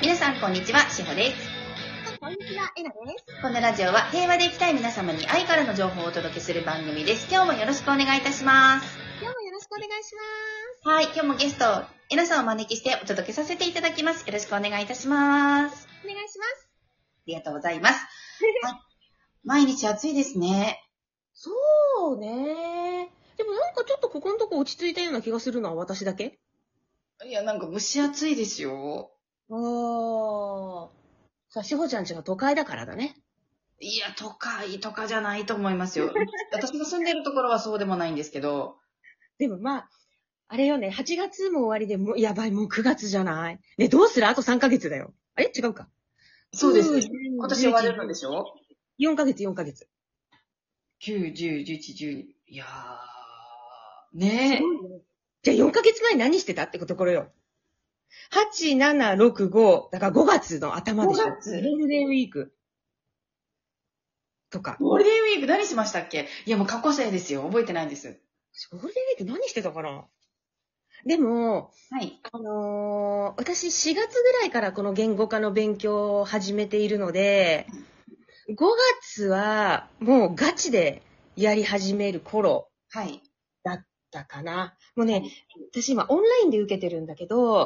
皆さんこんにちは、しほです。 こんにちは、えなです。 このラジオは平和で生きたい皆様に愛からの情報をお届けする番組です。今日もよろしくお願いいたします。 今日もよろしくお願いしまはい、今日もゲスト、えなさんをお招きしてお届けさせていただきます。よろしくお願いいたします。 す。お願いします。 ありがとうございます。はい、毎日暑いですね。 そうね。でもなんかちょっとここのとこ落ち着いたような気がするのは私だけ？ いや、なんか蒸し暑いですよ。 さあ、しほちゃんちが都会だからだね。 いや、都会とかじゃないと思いますよ。私が住んでるところはそうでもないんですけど。 でもまあ、あれよね、8月も終わりでもう、やばい、もう9月じゃない？ね、どうする？あと3ヶ月だよ。あれ違うか。 そうです。 9 今年終わるのでしょ？ 4ヶ月、4ヶ月。 9、10、11、12。いやー、ねえ。 じゃあ4ヶ月前何してたってところよ。8、7、6、5。だから5月の頭でしょ。 5月ゴールデンウィーク。とか。 ゴールデンウィーク何しましたっけ？いや、もう過去生ですよ。覚えてないんです。 ゴールデンウィーク何してたかな？でも、 はい。 私4月ぐらいからこの言語化の勉強を始めているので、5月はもうガチでやり始める頃はい。 だったかな。もうね、私今オンラインで受けてるんだけど、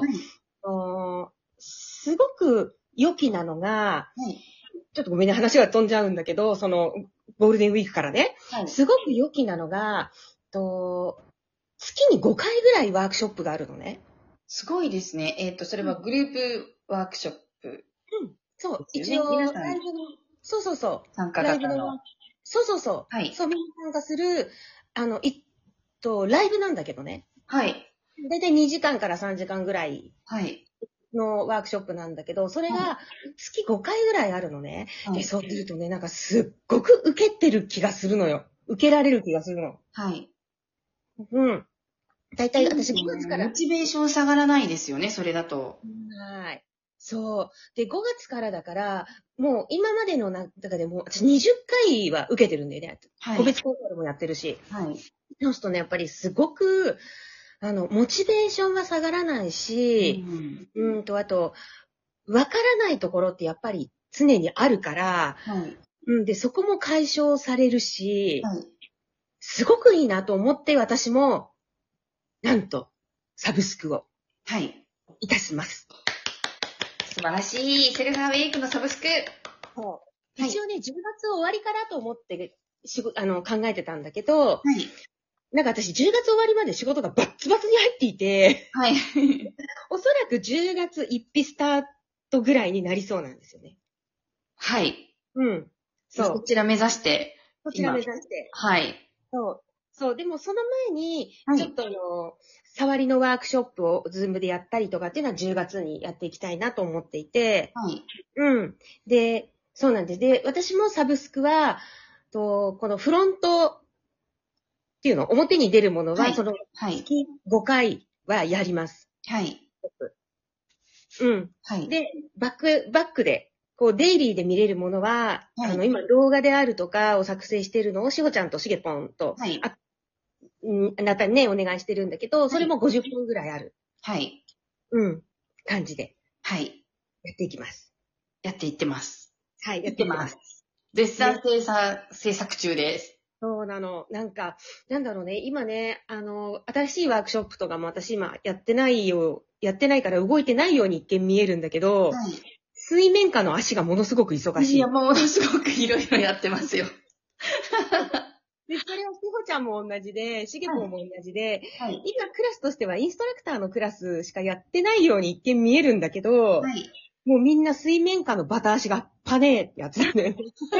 すごく良きなのが、 はい。 ちょっとごめんね、話が飛んじゃうんだけど、その、ゴールデンウィークからね、 はい。 すごく良きなのが、月に5回ぐらいワークショップがあるのね。 すごいですね。それはグループワークショップそう、 ですよね。 一応、 皆さんライブの、そうそうそう、 参加ライブの、 型の。 そうそうそう、 はい。 そう、みんな参加する、ライブなんだけどね。 はい。 だいたい2時間から3時間ぐらいはい。 のワークショップなんだけど、それはが月5回ぐらいあるのね。で、 はい。 そうするとね、なんかすっごく受けてる気がするのよ。受けられる気がするの。 はい。 うん。だいたい私5月から。 モチベーション下がらないですよね、それだと。 はい。そう。で、5月からだから、もう今までの中でも、私20回は受けてるんだよね。 はい。 個別コンサルもやってるし。 はい。 そうするとね、やっぱりすごく、モチベーションが下がらないし、あと、わからないところってやっぱり常にあるから、 はい。 で、そこも解消されるし、 はい。 すごくいいなと思って私も、なんと、サブスクをはい。 いたします。 素晴らしい。セルフアウェイクのサブスク。 そう。 はい一応ね、10月終わりからと思って考えてたんだけど、 はい。 なんか私10月終わりまで仕事がバッツバツに入っていて、 はい。 おそらく10月1日スタートぐらいになりそうなんですよね。 はい。 うん。そう。 こちら目指して。 こちら目指して。 はい。 そう。そう。でもその前に、 はいちょっと触りのワークショップをズームでやったりとかっていうのは10月にやっていきたいなと思っていて、 はい。 うん。で、そうなんです。で、私もサブスクは、このフロントっていうの、表に出るものは、 はいその、 はい。 月5回はやります。 はい。 うん。 はい。 で、バックで、こう、デイリーで見れるものは、 はい今、動画であるとかを作成しているのを、しほちゃんとしげぽんと、 はい。 あなたにね、お願いしてるんだけど、それも50分ぐらいある。 はい。 うん。感じで、 はい。 やっていきます。 やっていってます。 はい、ややっててっいきま。 ますす。絶賛制作中です。 そうなの。なんか、なんだろうね、今ね、新しいワークショップとかも私今やってないから動いてないように一見見えるんだけど、 は水面下の足がものすごく忙い。 しい。 いや、ものすごくいろいろやってますよ。 で、それはしほちゃんも同じで、しげぽんも同じで、 はい。 今クラスとしてはインストラクターのクラスしかやってないように一見見えるんだけど、 はい。 もうみんな水面下のバタ足がパネーってやつだね。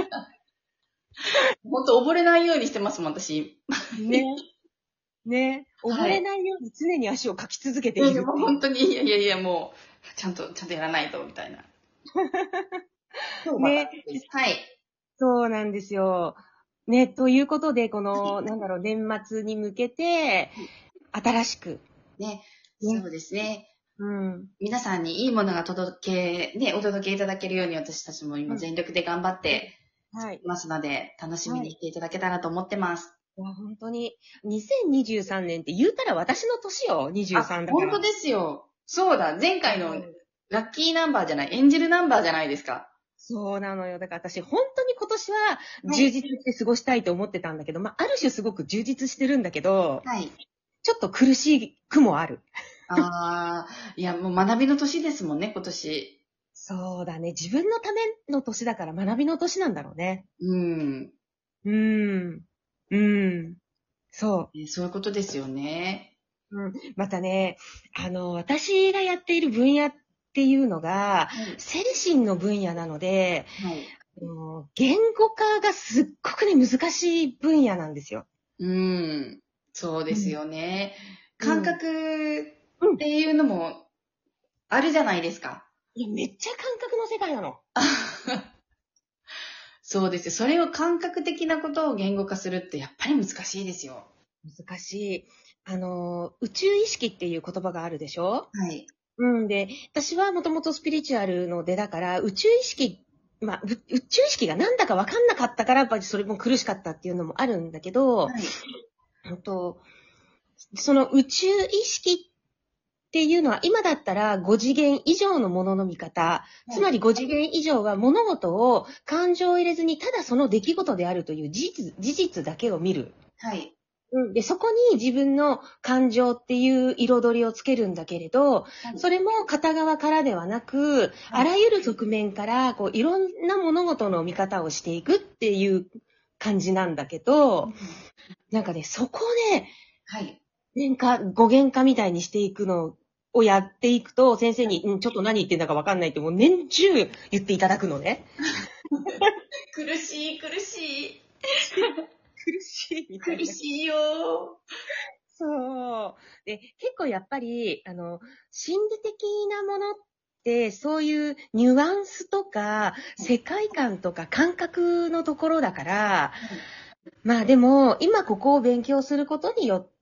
ほんと溺れないようにしてますもん、私。 ね。ね。 はい溺れないように常に足をかき続けているっていう。 もう本当に、いや、もう、ちゃんとやらないと、みたいな。 ね。 はい。 そうなんですよ。ね、ということで、この、 は年末に向けて、新しく。 ね。 ねそうですね。 うん。 皆さんにいいものがお届けいただけるように私たちも今全力で頑張ってはい。 ますので、楽しみにしていただけたらと思ってます。 いや、本当に、2023年って言うたら私の年よ、23だから。 本当ですよ。そうだ、前回のラッキーナンバーじゃない、エンジェルナンバーじゃないですか。 そうなのよ。だから私、本当に今年は充実して過ごしたいと思ってたんだけど、ある種すごく充実してるんだけど、 はい。 ちょっと苦しくもある。 ああ、いや、もう学びの年ですもんね、今年。 そうだね。自分のための年だから学びの年なんだろうね。 うん。 うーん。うん。そそういうことですよね。 う。うん。またね、私がやっている分野っていうのが、 はい。 精神の分野なので、 はい。 言語化がすっごくね、難しい分野なんですよ。 うん。そうですうん。 よね。感うん。 覚っうん。 ていうのもあるじゃないですか。 いや、めっちゃ感覚の世界なの。 そうですよ。それを感覚的なことを言語化するってやっぱり難しいですよ。 難しい。宇宙意識っていう言葉があるでしょ？ はい。 うん。で、私はもともとスピリチュアルの出だから、宇宙意識、宇宙意識がなんだか分かんなかったから、やっぱりそれも苦しかったっていうのもあるんだけど、 はい。 本当その宇宙意識っていうのは、今だったら5次元以上のものの見方、 はい。 つまり5次元以上は物事を感情を入れずに、ただその出来事であるという事実だけを見る。 はい。 うん。で、そこに自分の感情っていう彩りをつけるんだけれど、 はい。 それも片側からではなく、 はい。 あらゆる側面から、いろんな物事の見方をしていくっていう感じなんだけど、 うん。 なんかね、そこで、 はい。 語源化みたいにしていくのをやっていくと、先生はい。 に、ちょっと何言ってんだかわかんないってもう年中言っていただくのね。 苦しい、苦しい。 苦しいみたいな。 苦しいよ。 そう。で、結構やっぱり、心理的なものって、そういうニュアンスとか、 はい。 世界観とか感覚のところだから、 はい。 でも、今ここを勉強することによって、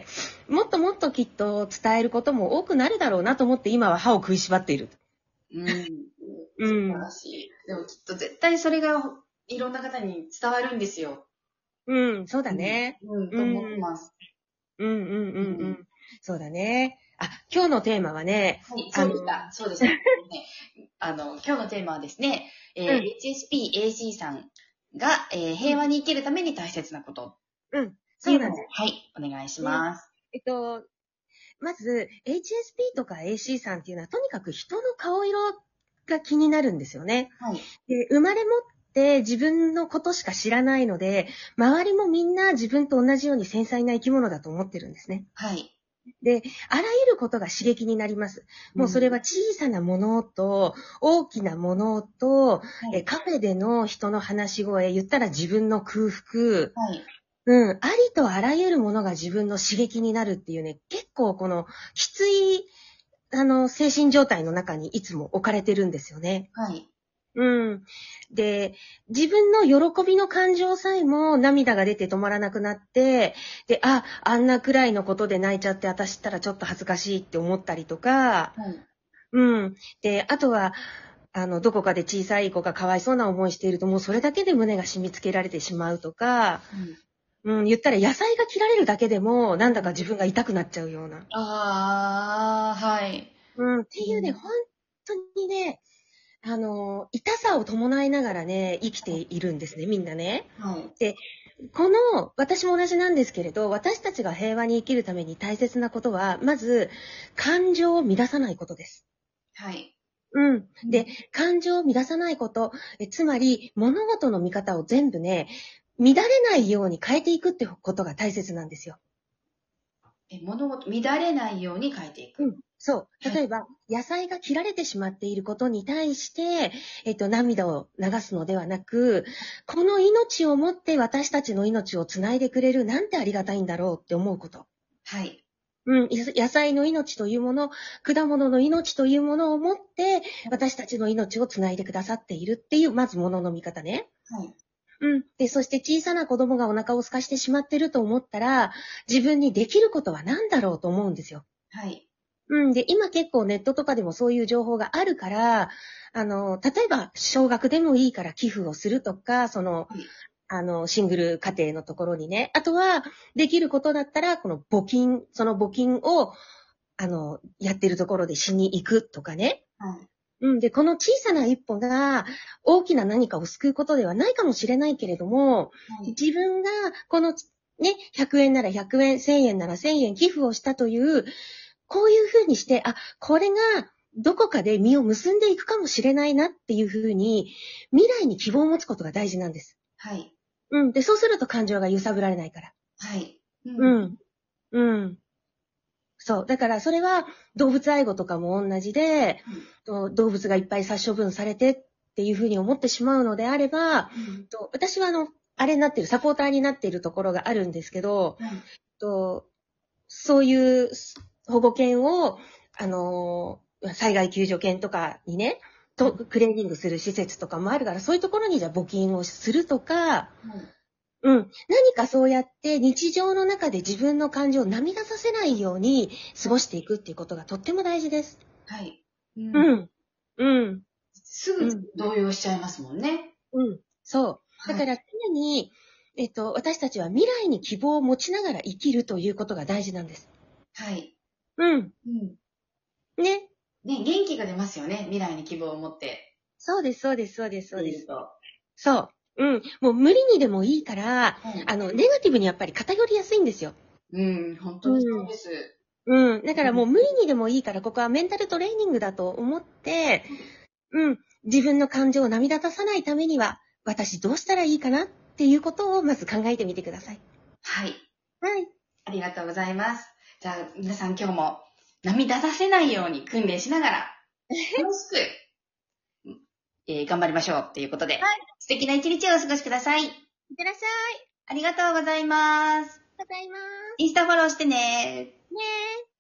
もっともっときっと伝えることも多くなるだろうなと思って、今は歯を食いしばっている。 うん。素晴らうん。 しい。でもきっと絶対それがいろんな方に伝わるんですよ。 うん、そうだうん。 ね。 うん、 うと思ってん。 ます。 うんうんうんううん。 ん。そうだね。今日のテーマはね、 はい、 あの、 そうでした。そうでした。今日のテーマはですね、 うん、 HSP-AC さんが、 うん、 平和に生きるために大切なことっうん。 ていうのを、 そうなんです。 はい、お願いしね。 ます。 えっと、まず、HSP とか AC さんっていうのは、とにかく人の顔色が気になるんですよね。 はい、 で、生まれ持って自分のことしか知らないので、周りもみんな自分と同じように繊細な生き物だと思ってるんですね。 はい、 で、あらゆることが刺激になります。もうそれうん、 は小さなものと、大きなものと、 はい、 カフェでの人の話し声、言ったら自分の空腹、 はい、 うん、ありとあらゆるものが自分の刺激になるっていうね、結構このきつい、精神状態の中にいつも置かれてるんですよね。 はい、 うん。で、自分の喜びの感情さえも涙が出て止まらなくなって、で、あんなくらいのことで泣いちゃって私ったらちょっと恥ずかしいって思ったりとか、 はい、 うん。で、あとは、どこかで小さい子がかわいそうな思いしていると、もうそれだけで胸が締め付けられてしまうとか、 うん。 うん、言ったら野菜が切られるだけでも、なんだか自分が痛くなっちゃうような。 ああ、はい。 うん、っていうね、 うん、 本当にね、痛さを伴いながらね、生きているんですね、みんなね。 はい、 で、私も同じなんですけれど、私たちが平和に生きるために大切なことは、まず、感情を乱さないことです。 はい、 うん。で、 うん。 感情を乱さないこと、つまり、物事の見方を全部ね、乱れないように変えていくってことが大切なんですよ。 物事、乱れないように変えていく。 うん。そう。 はい、 例えば、野菜が切られてしまっていることに対して、涙を流すのではなく、この命をもって私たちの命をつないでくれる、なんてありがたいんだろうって思うこと。 はい、 うん、野菜の命というもの、果物の命というものをもって、私たちの命をつないでくださっているっていう、まずものの見方ね。 はい、 うん。で、そして小さな子供がお腹を空かしてしまってると思ったら、自分にできることは何だろうと思うんですよ。 はい、 うん。で、今結構ネットとかでもそういう情報があるから、例えば、少額でもいいから寄付をするとか、 はい、 シングル家庭のところにね。あとは、できることだったら、その募金をやってるところでしに行くとかね。 はい。 で、この小さな一歩が大きな何かを救うことではないかもしれないけれども、 はい。 自分がこのね、100円なら100円、1000円なら1000円寄付をしたという、こういうふうにして、これがどこかで実を結んでいくかもしれないなっていうふうに、未来に希望を持つことが大事なんです。 はい。 で、そうすると感情が揺さぶられないから。 はい。 うん。うん。そう。だからそれは動物愛護とかも同じで、動物がいっぱい殺処分されてっていうふうに思ってしまうのであれば、私はあれになってる、サポーターになっているところがあるんですけど、 はい。 そういう保護犬を、災害救助犬とかにね、クレーニングする施設とかもあるから、そういうところにじゃあ募金をするとか、何かそうやって日常の中で自分の感情を涙させないように過ごしていくっていうことがとっても大事です。 はい。すぐ動揺しちゃいますもんね。 そう。 はい。 だから常に、私たちは未来に希望を持ちながら生きるということが大事なんです。 はい。 ね。 ね、元気が出ますよね。未来に希望を持って。 そうです。 いると。 そう。もう無理にでもいいから、ネガティブにやっぱり偏りやすいんですよ。 本当にそうです。 だからもう無理にでもいいから、ここはメンタルトレーニングだと思って、自分の感情を涙出さないためには、私どうしたらいいかなっていうことをまず考えてみてください。 はい。 はい。 ありがとうございます。じゃあ、皆さん今日も涙出せないように訓練しながら、楽しく、頑張りましょうっていうことで、素敵な一日をお過ごしください。 いってらっしゃい。 ありがとうございます。 ございます。 インスタフォローしてね。 ねえ。